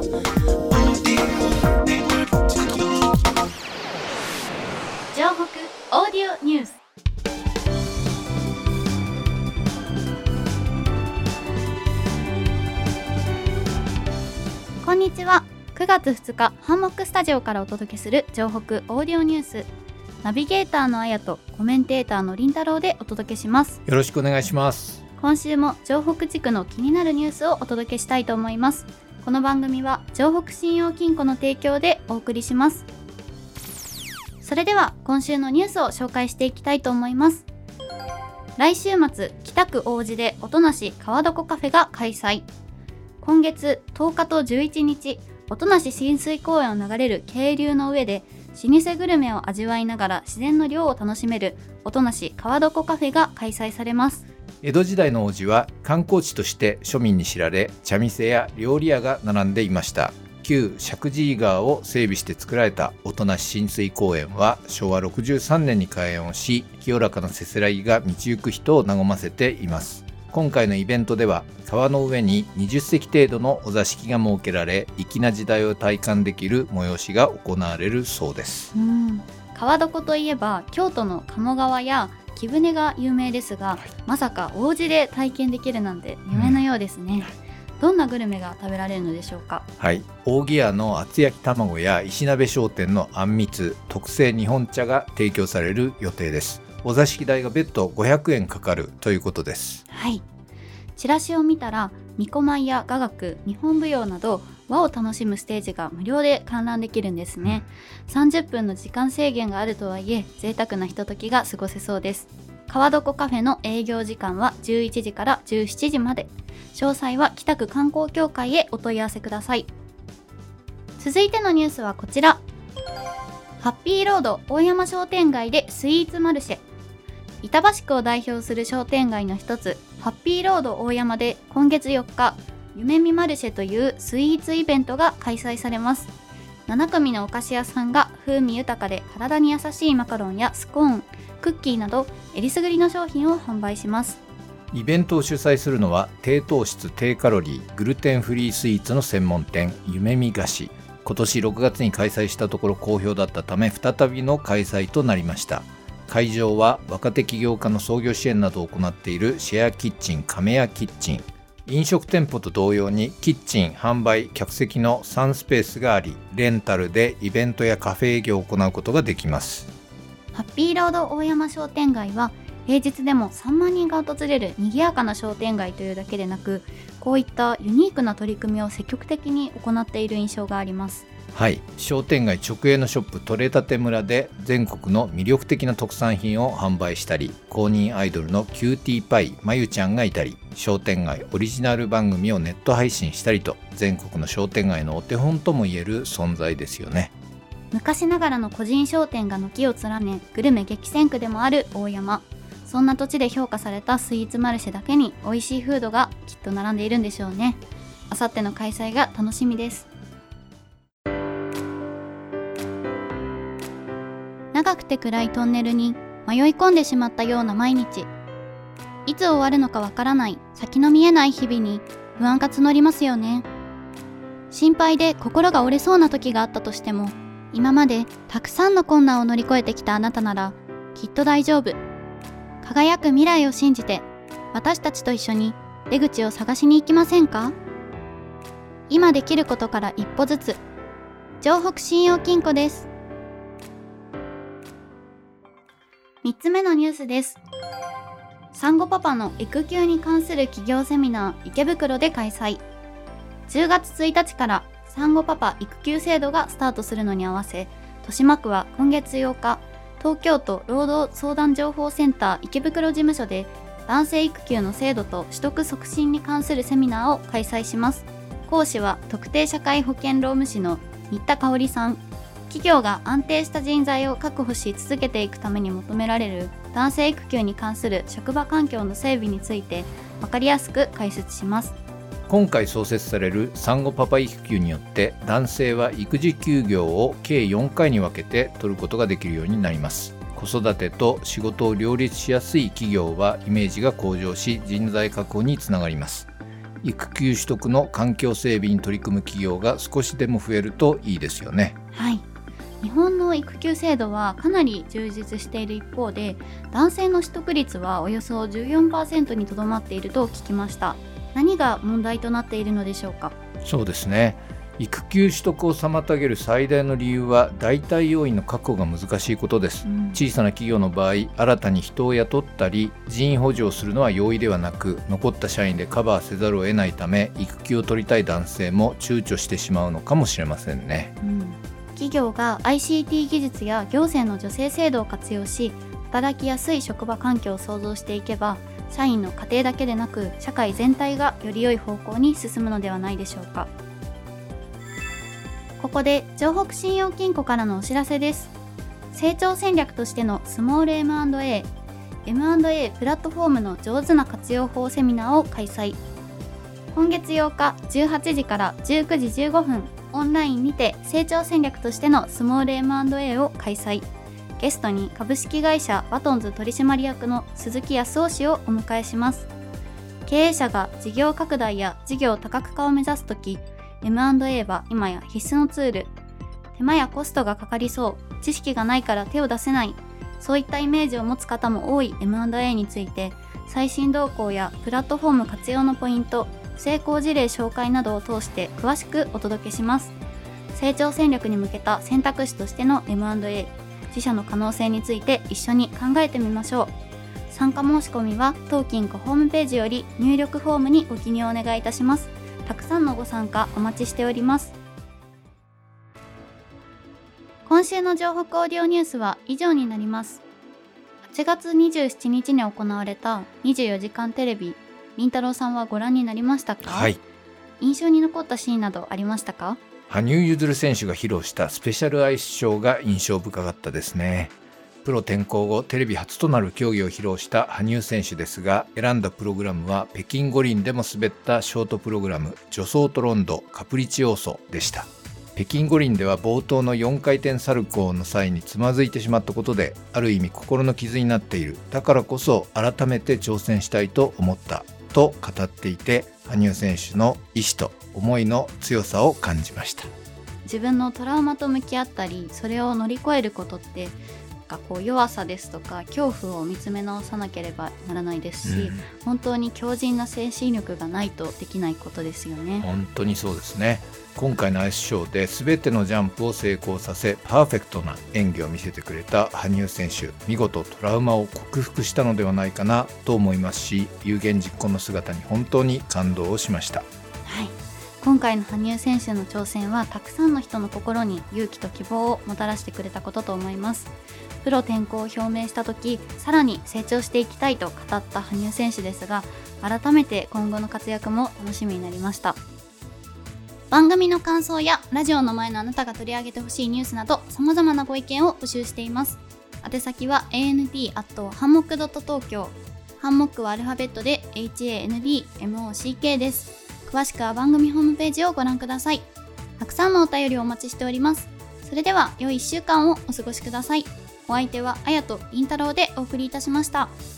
城北オーディオニュース。こんにちは。9月2日ハンモックスタジオからお届けする城北オーディオニュース。ナビゲーターのあやとコメンテーターのりんたろうでお届けします。 よろしくお願いします。 今週も城北地区の気になるニュースをお届けしたいと思います。この番組は城北信用金庫の提供でお送りします。それでは今週のニュースを紹介していきたいと思います。来週末、北区王子で音無し川床カフェが開催。今月10日と11日、音無し親水公園を流れる渓流の上で老舗グルメを味わいながら自然の涼を楽しめる音無し川床カフェが開催されます。 江戸時代の王子は観光地として庶民に知られ、茶店や料理屋が並んでいました。旧石神井川を整備して作られた音無し親水公園は昭和63年に開園をし、清らかなせせらぎが道行く人を和ませています。今回のイベントでは川の上に20席程度のお座敷が設けられ、粋な時代を体感できる催しが行われるそうです。 川床といえば京都の鴨川や貴船が有名ですが、まさか王子で体験できるなんて夢のようですね。どんなグルメが食べられるのでしょうか。 はい、扇屋の厚焼き卵や石鍋商店のあんみつ、特製日本茶が提供される予定です。お座敷代が別途500円かかるということです。 はい、チラシを見たら巫女舞や雅楽、日本舞踊など和を楽しむステージが無料で観覧できるんですね。30分の時間制限があるとはいえ贅沢なひとときが過ごせそうです。川床カフェの営業時間は11時から17時まで。詳細は北区観光協会へお問い合わせください。続いてのニュースはこちら。ハッピーロード大山商店街でスイーツマルシェ。板橋区を代表する商店街の一つ、ハッピーロード大山で今月4日、夢見マルシェというスイーツイベントが開催されます。7組のお菓子屋さんが風味豊かで体に優しいマカロンやスコーン、クッキーなどえりすぐりの商品を販売します。 イベントを主催するのは低糖質低カロリーグルテンフリースイーツの専門店夢見菓子。今年6月に開催したところ好評だったため再びの開催となりました。会場は若手起業家の創業支援などを行っているシェアキッチン亀屋キッチン。飲食店舗と同様にキッチン、販売、客席の3スペースがあり、レンタルでイベントやカフェ営業を行うことができます。 ハッピーロード大山商店街は平日でも3万人が訪れる賑やかな商店街というだけでなく、こういったユニークな取り組みを積極的に行っている印象があります。 はい、商店街直営のショップトレタテ村で全国の魅力的な特産品を販売したり、公認アイドルのキューティーパイまゆちゃんがいたり、商店街オリジナル番組をネット配信したりと、全国の商店街のお手本ともいえる存在ですよね。 昔ながらの個人商店が軒を連ね、グルメ激戦区でもある大山。そんな土地で評価されたスイーツマルシェだけに美味しいフードがきっと並んでいるんでしょうね。あさっての開催が楽しみです。長くて暗いトンネルに迷い込んでしまったような毎日。いつ終わるのかわからない先の見えない日々に不安が募りますよね。心配で心が折れそうな時があったとしても、今までたくさんの困難を乗り越えてきたあなたならきっと大丈夫。輝く未来を信じて、私たちと一緒に出口を探しに行きませんか？今できることから一歩ずつ。城北信用金庫です。3つ目のニュースです。産後パパの育休に関する企業セミナー池袋で開催。10月1日から産後パパ育休制度がスタートするのに合わせ、豊島区は今月8日、東京都労働相談情報センター池袋事務所で男性育休の制度と取得促進に関するセミナーを開催します。講師は特定社会保険労務士の新田香織さん。企業が安定した人材を確保し続けていくために求められる男性育休に関する職場環境の整備について分かりやすく解説します。 今回創設される産後パパ育休によって男性は育児休業を計4回に分けて取ることができるようになります。子育てと仕事を両立しやすい企業はイメージが向上し人材確保につながります。 育休取得の環境整備に取り組む企業が少しでも増えるといいですよね。 はい、日本の育休制度はかなり充実している一方で、男性の取得率はおよそ 14% にとどまっていると聞きました。何が問題となっているのでしょうか？ そうですね。育休取得を妨げる最大の理由は代替要員の確保が難しいことです。小さな企業の場合、新たに人を雇ったり人員補助をするのは容易ではなく、残った社員でカバーせざるを得ないため、育休を取りたい男性も躊躇してしまうのかもしれませんね。 企業が ICT 技術や行政の助成制度を活用し、働きやすい職場環境を創造していけば、社員の家庭だけでなく社会全体がより良い方向に進むのではないでしょうか。ここで城北信用金庫からのお知らせです。成長戦略としてのスモール M&A プラットフォームの上手な活用法セミナーを開催。今月8日18時から19時15分、オンラインにて成長戦略としてのスモール M&A を開催。ゲストに株式会社バトンズ取締役の鈴木康夫氏をお迎えします。経営者が事業拡大や事業多角化を目指すとき、M&A は今や必須のツール。手間やコストがかかりそう、知識がないから手を出せない、そういったイメージを持つ方も多い M&A について、最新動向やプラットフォーム活用のポイント、成功事例紹介などを通して詳しくお届けします。成長戦略に向けた選択肢としての M&A、自社の可能性について一緒に考えてみましょう。参加申し込みは当金庫ホームページより入力フォームにご記入お願いいたします。たくさんのご参加お待ちしております。今週の城北オーディオニュースは以上になります。8月27日に行われた24時間テレビ、りんたろーさんはご覧になりましたか？ はい。 印象に残ったシーンなどありましたか？ 羽生結弦選手が披露したスペシャルアイスショーが印象深かったですね。プロ転向後テレビ初となる競技を披露した羽生選手ですが、選んだプログラムは北京五輪でも滑ったショートプログラム、ジョソートロンドカプリチオーソでした。北京五輪では冒頭の4回転サルコーの際につまずいてしまったことで、ある意味心の傷になっている。だからこそ改めて挑戦したいと思ったと語っていて、羽生選手の意志と思いの強さを感じました。 自分のトラウマと向き合ったり、それを乗り越えることって弱さですとか恐怖を見つめ直さなければならないですし、本当に強靭な精神力がないとできないことですよね。 本当にそうですね。今回のアイスショーで全てのジャンプを成功させ、パーフェクトな演技を見せてくれた羽生選手、見事トラウマを克服したのではないかなと思いますし、有言実行の姿に本当に感動をしました。 はい、今回の羽生選手の挑戦はたくさんの人の心に勇気と希望をもたらしてくれたことと思います。プロ転向を表明した時、さらに成長していきたいと語った羽生選手ですが、改めて今後の活躍も楽しみになりました。番組の感想やラジオの前のあなたが取り上げてほしいニュースなど様々なご意見を募集しています。宛先は AND@hanmock.tokyo、 ハンモックはアルファベットで HANDMOCK です。詳しくは番組ホームページをご覧ください。たくさんのお便りをお待ちしております。それでは良い1週間をお過ごしください。お相手はあやとりんたろーでお送りいたしました。